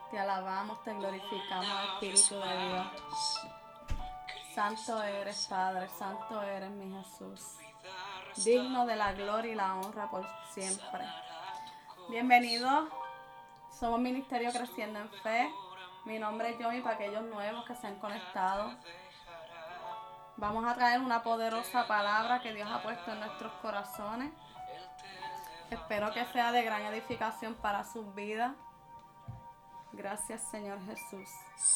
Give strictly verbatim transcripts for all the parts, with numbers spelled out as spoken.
Te alabamos, te glorificamos, Espíritu de Dios. Santo eres, Padre, santo eres, mi Jesús. Digno de la gloria y la honra por siempre. Bienvenidos. Somos Ministerio Creciendo en Fe. Mi nombre es Yomi para aquellos nuevos que se han conectado. Vamos a traer una poderosa palabra que Dios ha puesto en nuestros corazones. Espero que sea de gran edificación para sus vidas. Gracias, Señor Jesús.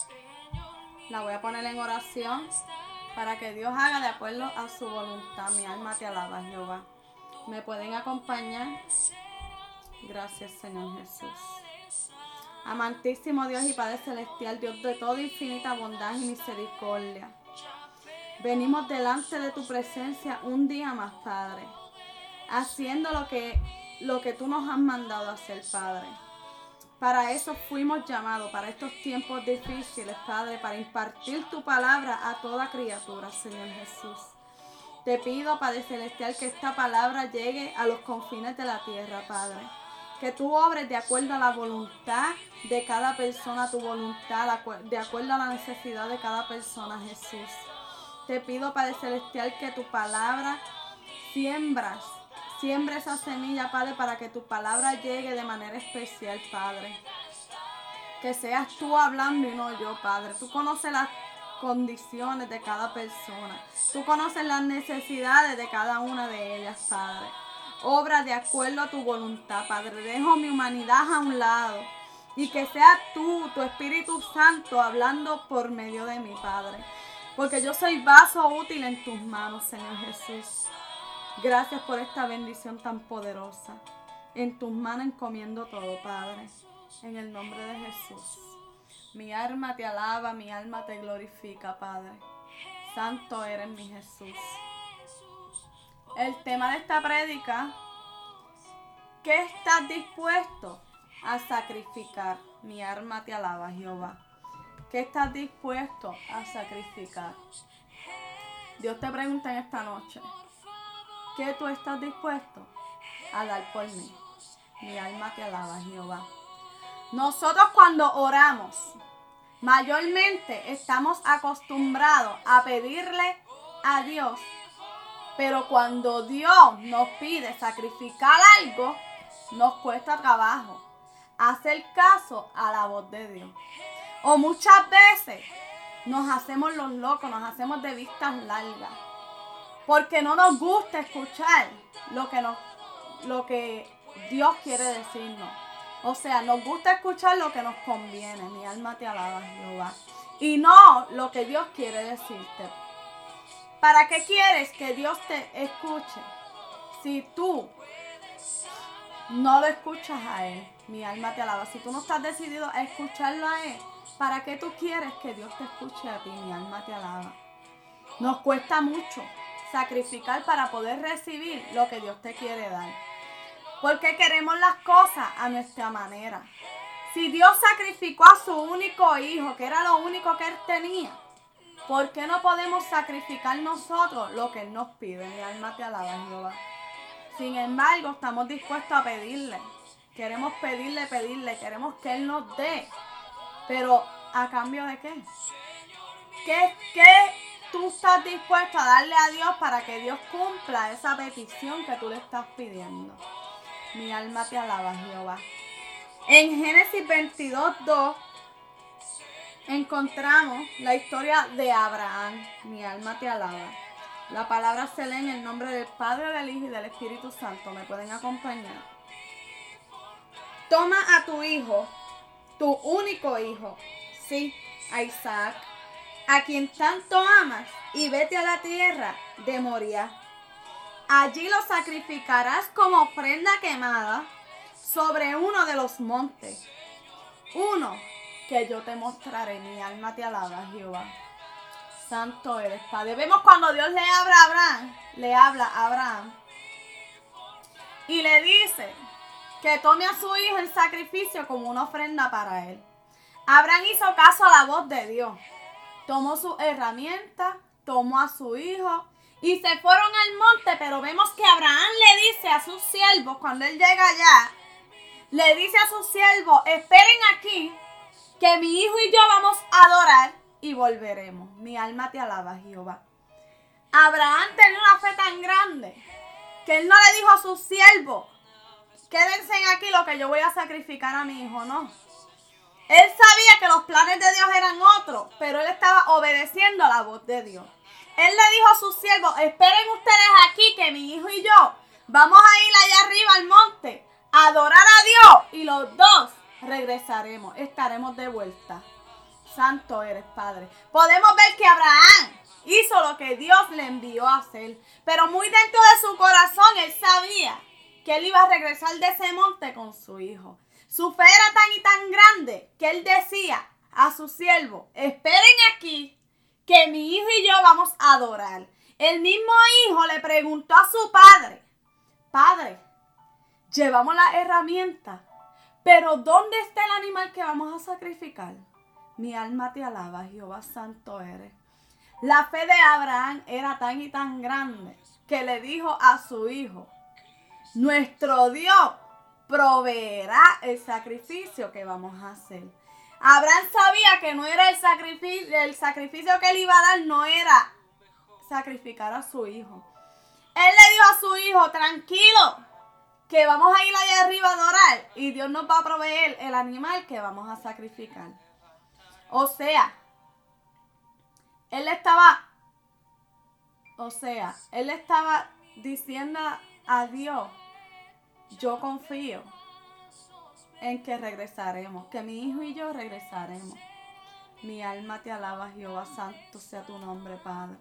La voy a poner en oración para que Dios haga de acuerdo a su voluntad. Mi alma te alaba, Jehová. ¿Me pueden acompañar? Gracias, Señor Jesús. Amantísimo Dios y Padre Celestial, Dios de toda infinita bondad y misericordia. Venimos delante de tu presencia un día más, Padre, haciendo lo que, lo que tú nos has mandado hacer, Padre. Para eso fuimos llamados, para estos tiempos difíciles, Padre, para impartir tu palabra a toda criatura, Señor Jesús. Te pido, Padre Celestial, que esta palabra llegue a los confines de la tierra, Padre. Que tú obres de acuerdo a la voluntad de cada persona, tu voluntad, de acuerdo a la necesidad de cada persona, Jesús. Te pido, Padre Celestial, que tu palabra siembras, siembra esa semilla, Padre, para que tu palabra llegue de manera especial, Padre. Que seas tú hablando y no yo, Padre. Tú conoces las condiciones de cada persona. Tú conoces las necesidades de cada una de ellas, Padre. Obra de acuerdo a tu voluntad, Padre. Dejo mi humanidad a un lado y que sea tú, tu Espíritu Santo, hablando por medio de mi Padre. Porque yo soy vaso útil en tus manos, Señor Jesús. Gracias por esta bendición tan poderosa. En tus manos encomiendo todo, Padre. En el nombre de Jesús. Mi alma te alaba, mi alma te glorifica, Padre. Santo eres mi Jesús. El tema de esta prédica: ¿qué estás dispuesto a sacrificar? Mi alma te alaba, Jehová. ¿Qué estás dispuesto a sacrificar? Dios te pregunta en esta noche: ¿qué tú estás dispuesto a dar por mí? Mi alma te alaba, Jehová. Nosotros cuando oramos, mayormente estamos acostumbrados a pedirle a Dios. Pero cuando Dios nos pide sacrificar algo, nos cuesta trabajo hacer caso a la voz de Dios. O muchas veces nos hacemos los locos, nos hacemos de vistas largas. Porque no nos gusta escuchar lo que, nos, lo que Dios quiere decirnos. O sea, nos gusta escuchar lo que nos conviene. Mi alma te alaba, Jehová. Y no lo que Dios quiere decirte. ¿Para qué quieres que Dios te escuche si tú no lo escuchas a Él? Mi alma te alaba. Si tú no estás decidido a escucharlo a Él, ¿para qué tú quieres que Dios te escuche a ti? Mi alma te alaba. Nos cuesta mucho sacrificar para poder recibir lo que Dios te quiere dar. Porque queremos las cosas a nuestra manera. Si Dios sacrificó a su único hijo, que era lo único que Él tenía, ¿por qué no podemos sacrificar nosotros lo que Él nos pide? Mi alma te alaba, Jehová. Sin embargo, estamos dispuestos a pedirle. Queremos pedirle, pedirle. Queremos que Él nos dé. Pero, ¿a cambio de qué? ¿Qué, qué tú estás dispuesto a darle a Dios para que Dios cumpla esa petición que tú le estás pidiendo? Mi alma te alaba, Jehová. En Génesis veintidós, dos encontramos la historia de Abraham. Mi alma te alaba. La palabra se lee en el nombre del Padre, del Hijo y del Espíritu Santo. ¿Me pueden acompañar? Toma a tu hijo, tu único hijo, sí, a Isaac, a quien tanto amas, y vete a la tierra de Moriah. Allí lo sacrificarás como ofrenda quemada sobre uno de los montes, uno que yo te mostraré. Mi alma te alaba, Jehová. Santo eres, Padre. Vemos cuando Dios le habla a Abraham, le habla a Abraham y le dice que tome a su hijo en sacrificio como una ofrenda para él. Abraham hizo caso a la voz de Dios. Tomó su herramienta, tomó a su hijo y se fueron al monte, pero vemos que Abraham le dice a sus siervos, cuando él llega allá, le dice a sus siervos, esperen aquí, que mi hijo y yo vamos a adorar y volveremos. Mi alma te alaba, Jehová. Abraham tenía una fe tan grande que él no le dijo a sus siervos, quédense aquí lo que yo voy a sacrificar a mi hijo, no. Él sabía que los planes de Dios eran otros, pero él estaba obedeciendo a la voz de Dios. Él le dijo a sus siervos, esperen ustedes aquí que mi hijo y yo vamos a ir allá arriba al monte a adorar a Dios y los dos regresaremos, estaremos de vuelta. Santo eres, Padre. Podemos ver que Abraham hizo lo que Dios le envió a hacer, pero muy dentro de su corazón él sabía que él iba a regresar de ese monte con su hijo. Su fe era tan y tan grande que él decía a su siervo, esperen aquí que mi hijo y yo vamos a adorar. El mismo hijo le preguntó a su padre, Padre, llevamos la herramienta, pero ¿dónde está el animal que vamos a sacrificar? Mi alma te alaba, Jehová santo eres. La fe de Abraham era tan y tan grande que le dijo a su hijo, nuestro Dios proveerá el sacrificio que vamos a hacer. Abraham sabía que no era el sacrificio, el sacrificio que él iba a dar no era sacrificar a su hijo. Él le dijo a su hijo, tranquilo, que vamos a ir allá arriba a adorar y Dios nos va a proveer el animal que vamos a sacrificar. O sea, él estaba, o sea, él estaba diciendo a Dios, yo confío en que regresaremos, que mi hijo y yo regresaremos. Mi alma te alaba, Jehová, santo sea tu nombre, Padre.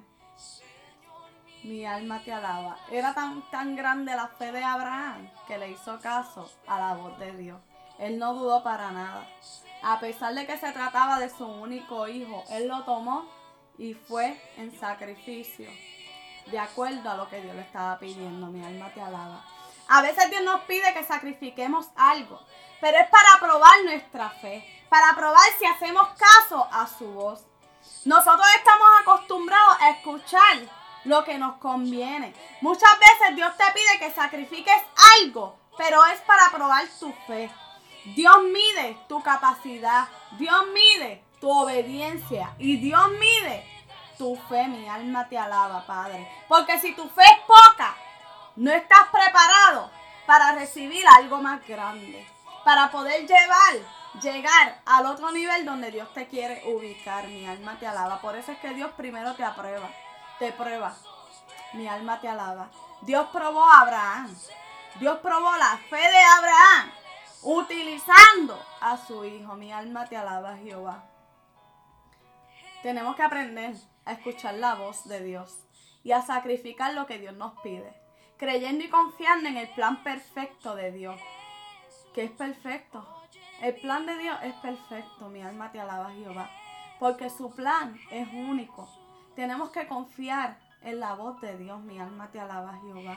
Mi alma te alaba. Era tan, tan grande la fe de Abraham que le hizo caso a la voz de Dios. Él no dudó para nada. A pesar de que se trataba de su único hijo, él lo tomó y fue en sacrificio, de acuerdo a lo que Dios le estaba pidiendo. Mi alma te alaba. A veces Dios nos pide que sacrifiquemos algo, pero es para probar nuestra fe, para probar si hacemos caso a su voz. Nosotros estamos acostumbrados a escuchar lo que nos conviene. Muchas veces Dios te pide que sacrifiques algo, pero es para probar tu fe. Dios mide tu capacidad, Dios mide tu obediencia y Dios mide tu fe. Mi alma te alaba, Padre. Porque si tu fe es poca, no estás preparado para recibir algo más grande, para poder llevar, llegar al otro nivel donde Dios te quiere ubicar. Mi alma te alaba. Por eso es que Dios primero te aprueba, te prueba. Mi alma te alaba. Dios probó a Abraham. Dios probó la fe de Abraham utilizando a su hijo. Mi alma te alaba, Jehová. Tenemos que aprender a escuchar la voz de Dios y a sacrificar lo que Dios nos pide, creyendo y confiando en el plan perfecto de Dios, que es perfecto. El plan de Dios es perfecto. Mi alma te alaba, Jehová, porque su plan es único. Tenemos que confiar en la voz de Dios. Mi alma te alaba, Jehová.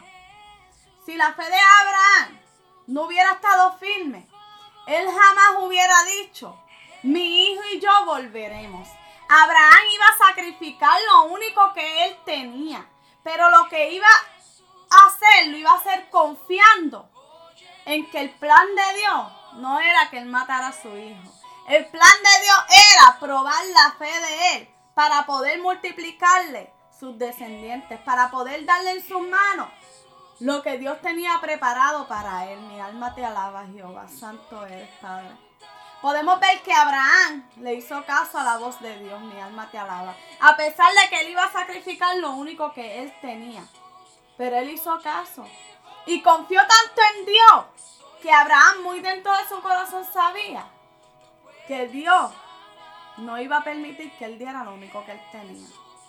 Si la fe de Abraham no hubiera estado firme, él jamás hubiera dicho, mi hijo y yo volveremos. Abraham iba a sacrificar lo único que él tenía, pero lo que iba a hacer, lo iba a hacer confiando en que el plan de Dios no era que él matara a su hijo. El plan de Dios era probar la fe de él para poder multiplicarle sus descendientes, para poder darle en sus manos lo que Dios tenía preparado para él. Mi alma te alaba, Jehová, santo eres, Padre. Podemos ver que Abraham le hizo caso a la voz de Dios. Mi alma te alaba. A pesar de que él iba a sacrificar lo único que él tenía, pero él hizo caso y confió tanto en Dios que Abraham muy dentro de su corazón sabía que Dios no iba a permitir que él diera lo único que él tenía.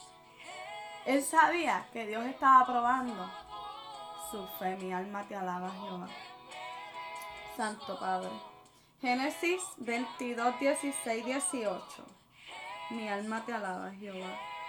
Él sabía que Dios estaba probando su fe. Mi alma te alaba, Jehová. Santo Padre. Génesis veintidós, dieciséis, dieciocho. Mi alma te alaba, Jehová.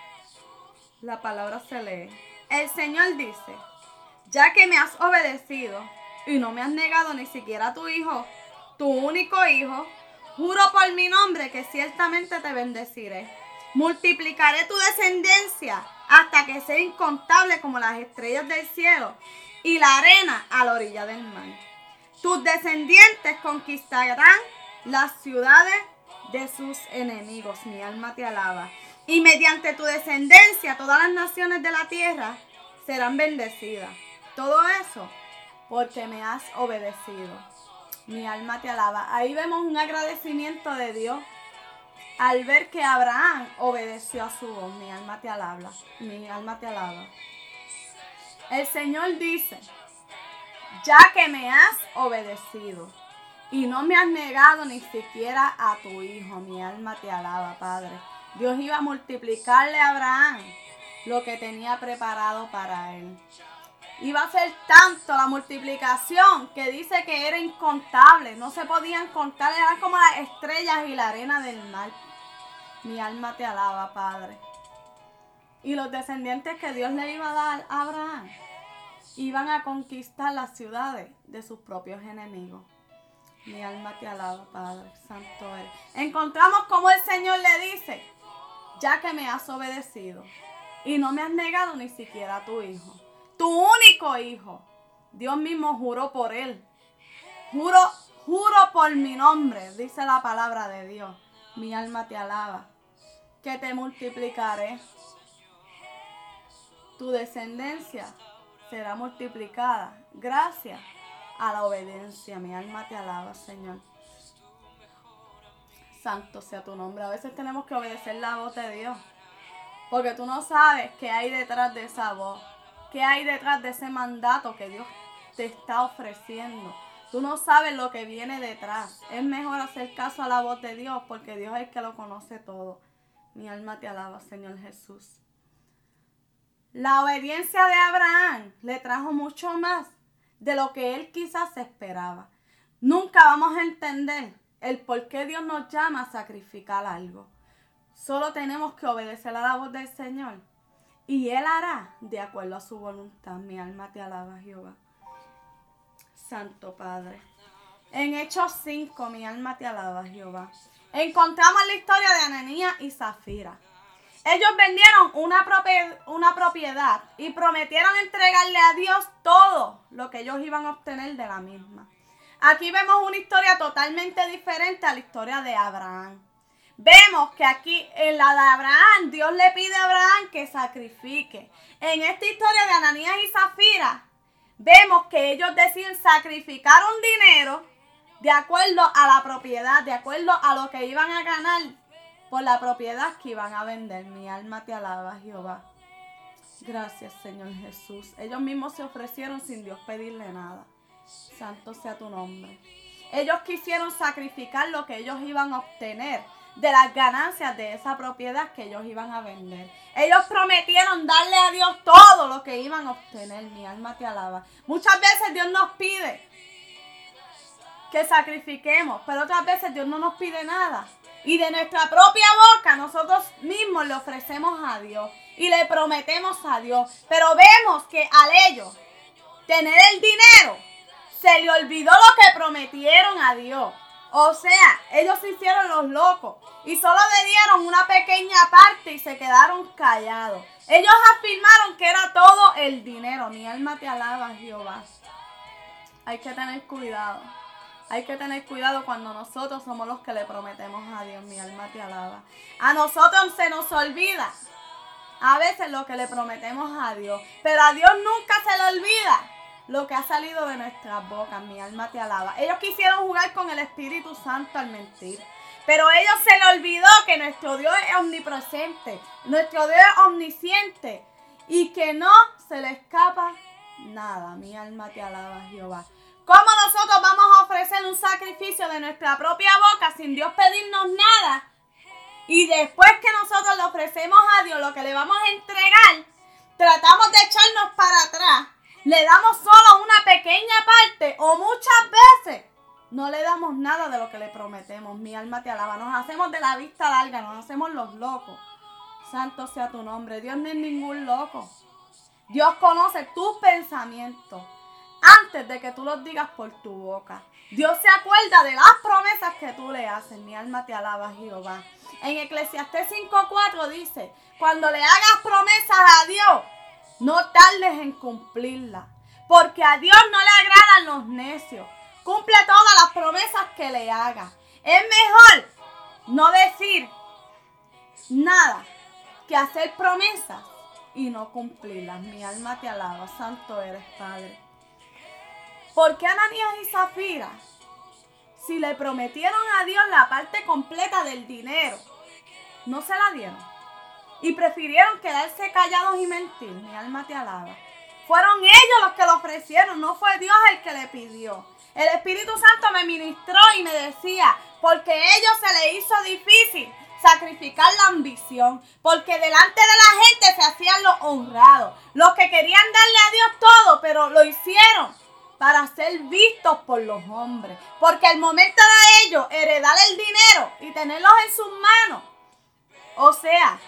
La palabra se lee. El Señor dice, ya que me has obedecido y no me has negado ni siquiera a tu hijo, tu único hijo, juro por mi nombre que ciertamente te bendeciré. Multiplicaré tu descendencia hasta que sea incontable como las estrellas del cielo y la arena a la orilla del mar. Tus descendientes conquistarán las ciudades de sus enemigos. Mi alma te alaba. Y mediante tu descendencia todas las naciones de la tierra serán bendecidas. Todo eso porque me has obedecido. Mi alma te alaba. Ahí vemos un agradecimiento de Dios al ver que Abraham obedeció a su voz. Mi alma te alaba. Mi alma te alaba. El Señor dice, ya que me has obedecido y no me has negado ni siquiera a tu hijo, mi alma te alaba, Padre. Dios iba a multiplicarle a Abraham lo que tenía preparado para él. Iba a ser tanto la multiplicación que dice que era incontable. No se podían contar, eran como las estrellas y la arena del mar. Mi alma te alaba, Padre. Y los descendientes que Dios le iba a dar a Abraham iban a conquistar las ciudades de sus propios enemigos. Mi alma te alaba, Padre, santo eres. Encontramos como el Señor le dice, ya que me has obedecido y no me has negado ni siquiera a tu hijo, tu único hijo. Dios mismo juró por él. Juro, juro por mi nombre, dice la palabra de Dios. Mi alma te alaba, que te multiplicaré. Tu descendencia será multiplicada gracias a la obediencia. Mi alma te alaba, Señor. Santo sea tu nombre. A veces tenemos que obedecer la voz de Dios, porque tú no sabes qué hay detrás de esa voz, qué hay detrás de ese mandato que Dios te está ofreciendo. Tú no sabes lo que viene detrás. Es mejor hacer caso a la voz de Dios, porque Dios es el que lo conoce todo. Mi alma te alaba, Señor Jesús. La obediencia de Abraham le trajo mucho más de lo que él quizás esperaba. Nunca vamos a entender el por qué Dios nos llama a sacrificar algo. Solo tenemos que obedecer a la voz del Señor y Él hará de acuerdo a su voluntad. Mi alma te alaba, Jehová. Santo Padre. En Hechos cinco, mi alma te alaba, Jehová. Encontramos la historia de Ananías y Zafira. Ellos vendieron una, propiedad, una propiedad y prometieron entregarle a Dios todo lo que ellos iban a obtener de la misma. Aquí vemos una historia totalmente diferente a la historia de Abraham. Vemos que aquí en la de Abraham, Dios le pide a Abraham que sacrifique. En esta historia de Ananías y Zafira, vemos que ellos deciden sacrificar un dinero de acuerdo a la propiedad, de acuerdo a lo que iban a ganar por la propiedad que iban a vender. Mi alma te alaba, Jehová. Gracias, Señor Jesús. Ellos mismos se ofrecieron sin Dios pedirle nada. Santo sea tu nombre. Ellos quisieron sacrificar lo que ellos iban a obtener de las ganancias de esa propiedad que ellos iban a vender. Ellos prometieron darle a Dios todo lo que iban a obtener. Mi alma te alaba. Muchas veces Dios nos pide que sacrifiquemos, pero otras veces Dios no nos pide nada. Y de nuestra propia boca nosotros mismos le ofrecemos a Dios y le prometemos a Dios. Pero vemos que al ellos tener el dinero, se le olvidó lo que prometieron a Dios. O sea, ellos se hicieron los locos y solo le dieron una pequeña parte y se quedaron callados. Ellos afirmaron que era todo el dinero. Mi alma te alaba, Jehová. Hay que tener cuidado. Hay que tener cuidado cuando nosotros somos los que le prometemos a Dios. Mi alma te alaba. A nosotros se nos olvida a veces lo que le prometemos a Dios, pero a Dios nunca se le olvida lo que ha salido de nuestras bocas. Mi alma te alaba. Ellos quisieron jugar con el Espíritu Santo al mentir, pero a ellos se les olvidó que nuestro Dios es omnipresente, nuestro Dios es omnisciente y que no se le escapa nada. Mi alma te alaba, Jehová. ¿Cómo nosotros vamos a ofrecer un sacrificio de nuestra propia boca sin Dios pedirnos nada? Y después que nosotros le ofrecemos a Dios lo que le vamos a entregar, tratamos de echarnos para atrás. Le damos solo una pequeña parte o muchas veces no le damos nada de lo que le prometemos. Mi alma te alaba. Nos hacemos de la vista larga, nos hacemos los locos. Santo sea tu nombre. Dios no es ningún loco. Dios conoce tus pensamientos antes de que tú los digas por tu boca. Dios se acuerda de las promesas que tú le haces. Mi alma te alaba, Jehová. En Eclesiastés cinco cuatro dice, cuando le hagas promesas a Dios, no tardes en cumplirla, porque a Dios no le agradan los necios. Cumple todas las promesas que le hagas. Es mejor no decir nada que hacer promesas y no cumplirlas. Mi alma te alaba, santo eres, Padre. ¿Por qué Ananías y Zafira, si le prometieron a Dios la parte completa del dinero, no se la dieron? Y prefirieron quedarse callados y mentir. Mi alma te alaba. Fueron ellos los que lo ofrecieron, no fue Dios el que le pidió. El Espíritu Santo me ministró y me decía, porque a ellos se les hizo difícil sacrificar la ambición, porque delante de la gente se hacían los honrados, los que querían darle a Dios todo, pero lo hicieron para ser vistos por los hombres, porque el momento de ellos heredar el dinero y tenerlos en sus manos, o sea,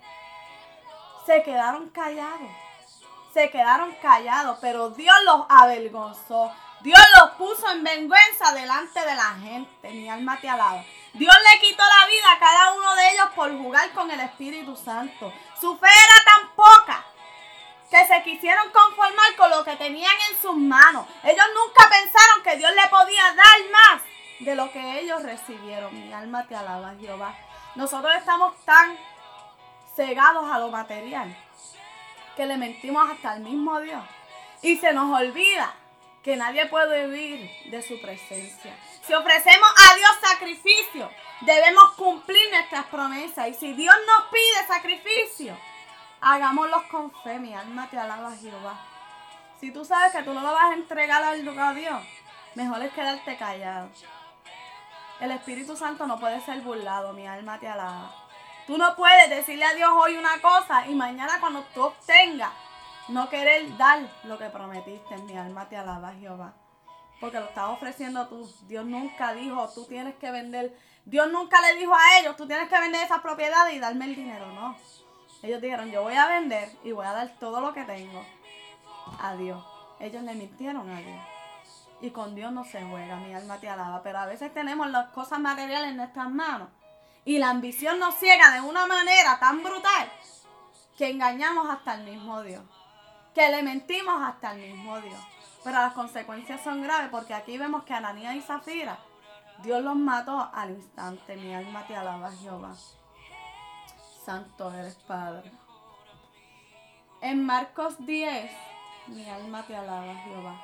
se quedaron callados, se quedaron callados, pero Dios los avergonzó. Dios los puso en vergüenza delante de la gente. Mi alma te alaba. Dios le quitó la vida a cada uno de ellos por jugar con el Espíritu Santo. Su fe era tan poca que se quisieron conformar con lo que tenían en sus manos. Ellos nunca pensaron que Dios le podía dar más de lo que ellos recibieron. Mi alma te alaba, Jehová. Nosotros estamos tan cegados a lo material que le mentimos hasta al mismo Dios. Y se nos olvida que nadie puede vivir de su presencia. Si ofrecemos a Dios sacrificio, debemos cumplir nuestras promesas. Y si Dios nos pide sacrificio, hagámoslos con fe. Mi alma te alaba, Jehová. Si tú sabes que tú no lo vas a entregar a Dios, mejor es quedarte callado. El Espíritu Santo no puede ser burlado. Mi alma te alaba. Tú no puedes decirle a Dios hoy una cosa y mañana cuando tú obtengas no querer dar lo que prometiste. Mi alma te alaba, Jehová. Porque lo estás ofreciendo tú. Dios nunca dijo, tú tienes que vender. Dios nunca le dijo a ellos, tú tienes que vender esas propiedades y darme el dinero. No. Ellos dijeron, yo voy a vender y voy a dar todo lo que tengo a Dios. Ellos le mintieron a Dios. Y con Dios no se juega. Mi alma te alaba. Pero a veces tenemos las cosas materiales en nuestras manos. Y la ambición nos ciega de una manera tan brutal que engañamos hasta el mismo Dios. Que le mentimos hasta el mismo Dios. Pero las consecuencias son graves porque aquí vemos que Ananías y Zafira, Dios los mató al instante. Mi alma te alaba, Jehová. Santo eres, Padre. En Marcos diez, mi alma te alaba, Jehová.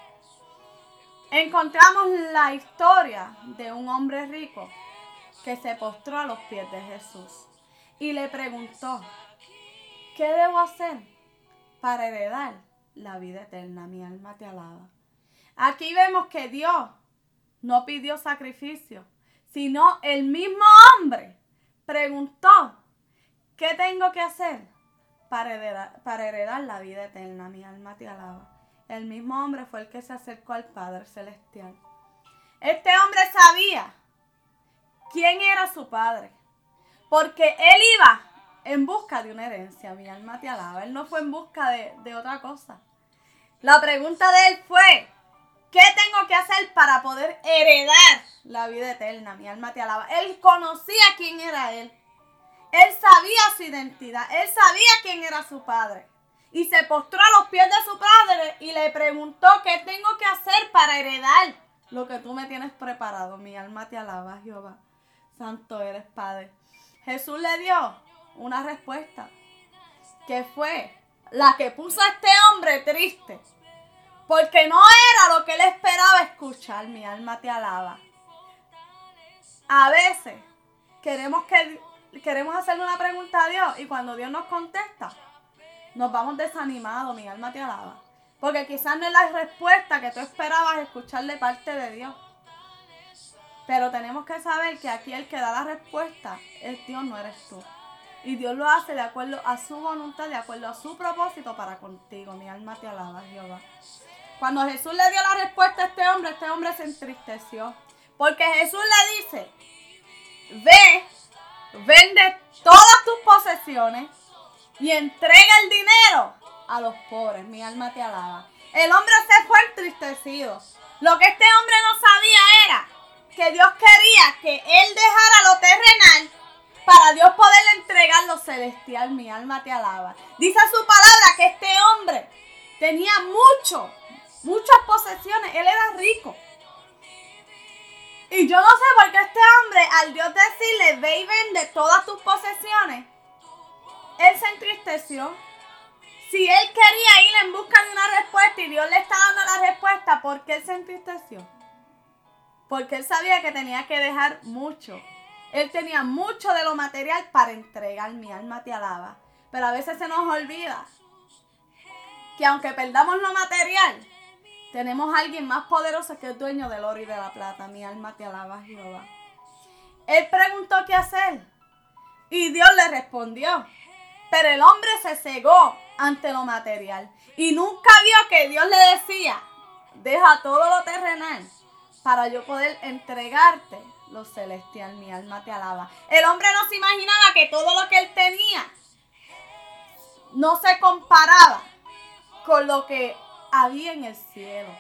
Encontramos la historia de un hombre rico que se postró a los pies de Jesús y le preguntó, ¿qué debo hacer para heredar la vida eterna? Mi alma te alaba. Aquí vemos que Dios no pidió sacrificio, sino el mismo hombre preguntó, ¿qué tengo que hacer para heredar, para heredar la vida eterna? Mi alma te alaba. El mismo hombre fue el que se acercó al Padre Celestial. Este hombre sabía quién era su padre, porque él iba en busca de una herencia. Mi alma te alaba. Él no fue en busca de, de otra cosa. La pregunta de él fue, ¿qué tengo que hacer para poder heredar la vida eterna? Mi alma te alaba. Él conocía quién era él. Él sabía su identidad. Él sabía quién era su padre. Y se postró a los pies de su padre y le preguntó, ¿qué tengo que hacer para heredar lo que tú me tienes preparado? Mi alma te alaba, Jehová. Santo eres, Padre. Jesús le dio una respuesta que fue la que puso a este hombre triste, porque no era lo que él esperaba escuchar. Mi alma te alaba. A veces queremos, que, queremos hacerle una pregunta a Dios y cuando Dios nos contesta, nos vamos desanimados. Mi alma te alaba. Porque quizás no es la respuesta que tú esperabas escuchar de parte de Dios. Pero tenemos que saber que aquí el que da la respuesta es Dios, no eres tú. Y Dios lo hace de acuerdo a su voluntad, de acuerdo a su propósito para contigo. Mi alma te alaba, Jehová. Cuando Jesús le dio la respuesta a este hombre, este hombre se entristeció. Porque Jesús le dice, ve, vende todas tus posesiones y entrega el dinero a los pobres. Mi alma te alaba. El hombre se fue entristecido. Lo que este hombre no sabía era que Dios quería que él dejara lo terrenal para Dios poderle entregar lo celestial. Mi alma te alaba. Dice su palabra que este hombre tenía mucho, muchas posesiones. Él era rico. Y yo no sé por qué este hombre, al Dios decirle, ve y vende todas tus posesiones, él se entristeció. Si él quería ir en busca de una respuesta y Dios le está dando la respuesta, ¿por qué él se entristeció? Porque él sabía que tenía que dejar mucho. Él tenía mucho de lo material para entregar. Mi alma te alaba. Pero a veces se nos olvida que aunque perdamos lo material, tenemos a alguien más poderoso que es dueño del oro y de la plata. Mi alma te alaba, Jehová. Él preguntó qué hacer y Dios le respondió. Pero el hombre se cegó ante lo material y nunca vio que Dios le decía, deja todo lo terrenal para yo poder entregarte lo celestial. Mi alma te alaba. El hombre no se imaginaba que todo lo que él tenía no se comparaba con lo que había en el cielo.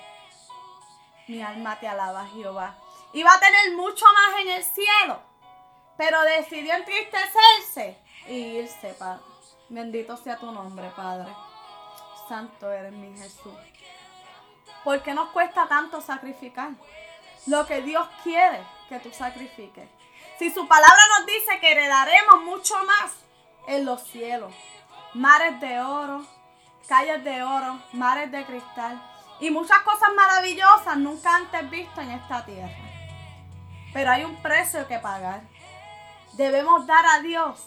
Mi alma te alaba, Jehová. Iba a tener mucho más en el cielo, pero decidió entristecerse y irse, Padre. Bendito sea tu nombre, Padre. Santo eres mi Jesús. ¿Por qué nos cuesta tanto sacrificar lo que Dios quiere que tú sacrifiques? Si su palabra nos dice que heredaremos mucho más en los cielos. Mares de oro, calles de oro, mares de cristal y muchas cosas maravillosas nunca antes vistas en esta tierra. Pero hay un precio que pagar. Debemos dar a Dios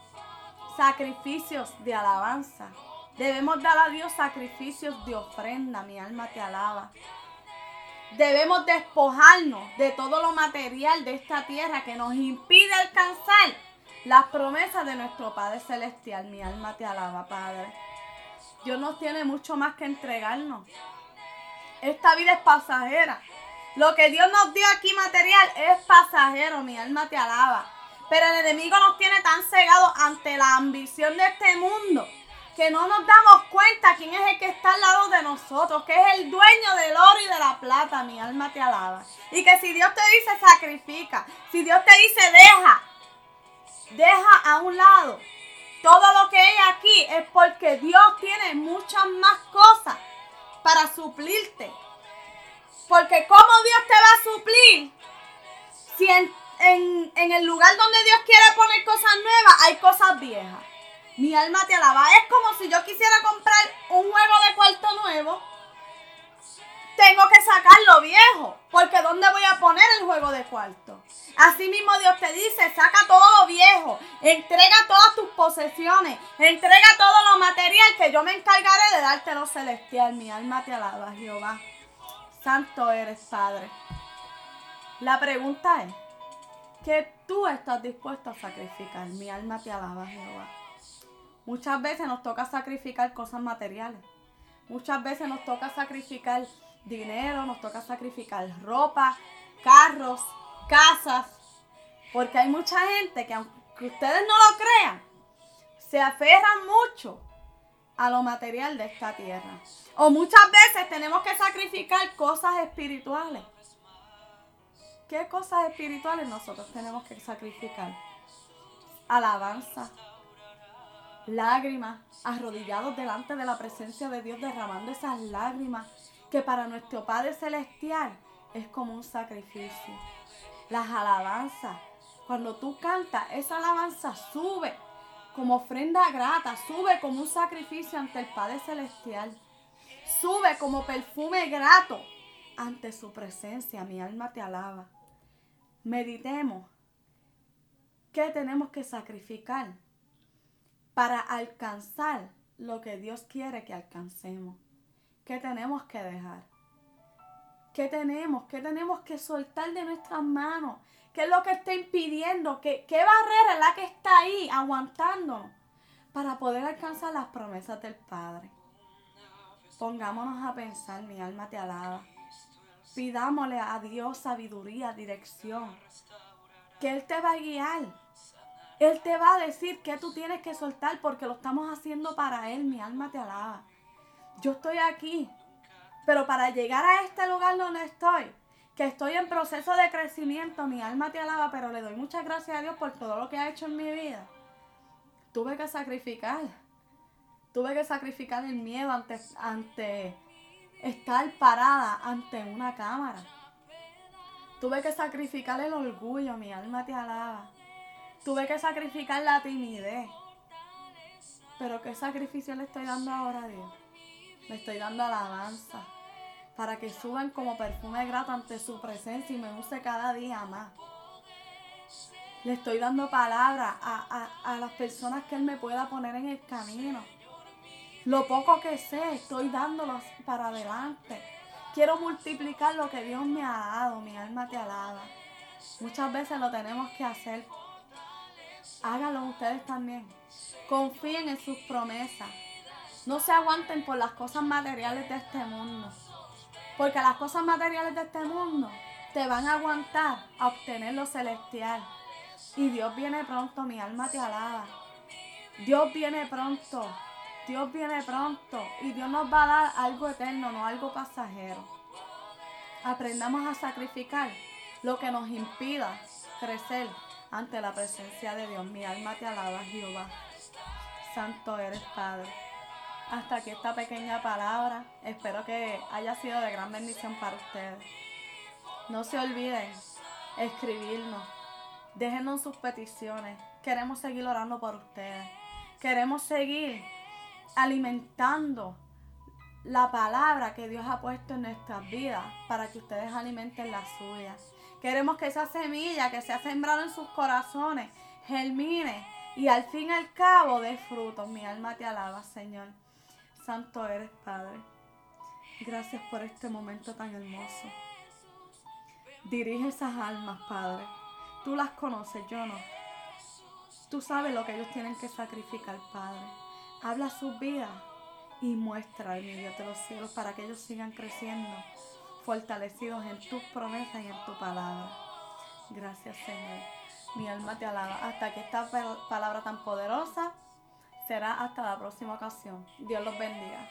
sacrificios de alabanza. Debemos dar a Dios sacrificios de ofrenda. Mi alma te alaba. Debemos despojarnos de todo lo material de esta tierra que nos impide alcanzar las promesas de nuestro Padre Celestial. Mi alma te alaba, Padre. Dios nos tiene mucho más que entregarnos. Esta vida es pasajera. Lo que Dios nos dio aquí material es pasajero. Mi alma te alaba. Pero el enemigo nos tiene tan cegados ante la ambición de este mundo que no nos damos cuenta quién es el que está al lado de nosotros, que es el dueño del oro y de la plata. Mi alma te alaba. Y que si Dios te dice sacrifica, si Dios te dice deja, deja a un lado todo lo que hay aquí, es porque Dios tiene muchas más cosas para suplirte. Porque ¿cómo Dios te va a suplir si en En, en el lugar donde Dios quiere poner cosas nuevas, hay cosas viejas? Mi alma te alaba. Es como si yo quisiera comprar un juego de cuarto nuevo. Tengo que sacar lo viejo, porque ¿dónde voy a poner el juego de cuarto? Así mismo Dios te dice, saca todo lo viejo, entrega todas tus posesiones, entrega todo lo material, que yo me encargaré de darte lo celestial. Mi alma te alaba, Jehová. Santo eres, Padre. La pregunta es, ¿qué tú estás dispuesto a sacrificar? Mi alma te alaba, Jehová. Muchas veces nos toca sacrificar cosas materiales. Muchas veces nos toca sacrificar dinero, nos toca sacrificar ropa, carros, casas. Porque hay mucha gente que, aunque ustedes no lo crean, se aferran mucho a lo material de esta tierra. O muchas veces tenemos que sacrificar cosas espirituales. ¿Qué cosas espirituales nosotros tenemos que sacrificar? Alabanza, lágrimas, arrodillados delante de la presencia de Dios, derramando esas lágrimas que para nuestro Padre Celestial es como un sacrificio. Las alabanzas, cuando tú cantas, esa alabanza sube como ofrenda grata, sube como un sacrificio ante el Padre Celestial, sube como perfume grato ante su presencia. Mi alma te alaba. Meditemos qué tenemos que sacrificar para alcanzar lo que Dios quiere que alcancemos. ¿Qué tenemos que dejar? ¿Qué tenemos? ¿Qué tenemos que soltar de nuestras manos? ¿Qué es lo que está impidiendo? ¿Qué, qué barrera es la que está ahí aguantándonos para poder alcanzar las promesas del Padre? Pongámonos a pensar. Mi alma te alaba. Pidámosle a Dios sabiduría, dirección, que Él te va a guiar. Él te va a decir qué tú tienes que soltar, porque lo estamos haciendo para Él. Mi alma te alaba. Yo estoy aquí, pero para llegar a este lugar donde estoy, que estoy en proceso de crecimiento, mi alma te alaba, pero le doy muchas gracias a Dios por todo lo que ha hecho en mi vida. Tuve que sacrificar. Tuve que sacrificar el miedo ante... ante estar parada ante una cámara. Tuve que sacrificar el orgullo, mi alma te alaba. Tuve que sacrificar la timidez. Pero ¿qué sacrificio le estoy dando ahora a Dios? Le estoy dando alabanza para que suban como perfume grato ante su presencia y me use cada día más. Le estoy dando palabra a, a, a las personas que Él me pueda poner en el camino. Lo poco que sé, estoy dándolo para adelante. Quiero multiplicar lo que Dios me ha dado. Mi alma te alaba. Muchas veces lo tenemos que hacer. Háganlo ustedes también. Confíen en sus promesas. No se aguanten por las cosas materiales de este mundo. Porque las cosas materiales de este mundo te van a aguantar a obtener lo celestial. Y Dios viene pronto, mi alma te alaba. Dios viene pronto. Dios viene pronto. Y Dios nos va a dar algo eterno, no algo pasajero. Aprendamos a sacrificar lo que nos impida crecer ante la presencia de Dios. Mi alma te alaba, Jehová. Santo eres, Padre. Hasta aquí esta pequeña palabra. Espero que haya sido de gran bendición para ustedes. No se olviden escribirnos. Déjenos sus peticiones. Queremos seguir orando por ustedes. Queremos seguir alimentando la palabra que Dios ha puesto en nuestras vidas para que ustedes alimenten la suya. Queremos que esa semilla que se ha sembrado en sus corazones germine y al fin y al cabo dé frutos. Mi alma te alaba, Señor. Santo eres, Padre. Gracias por este momento tan hermoso. Dirige esas almas, Padre. Tú las conoces, yo no. Tú sabes lo que ellos tienen que sacrificar, Padre. Habla sus vidas y muestra, mi Dios de los cielos, para que ellos sigan creciendo, fortalecidos en tus promesas y en tu palabra. Gracias, Señor. Mi alma te alaba. Hasta que esta palabra tan poderosa será hasta la próxima ocasión. Dios los bendiga.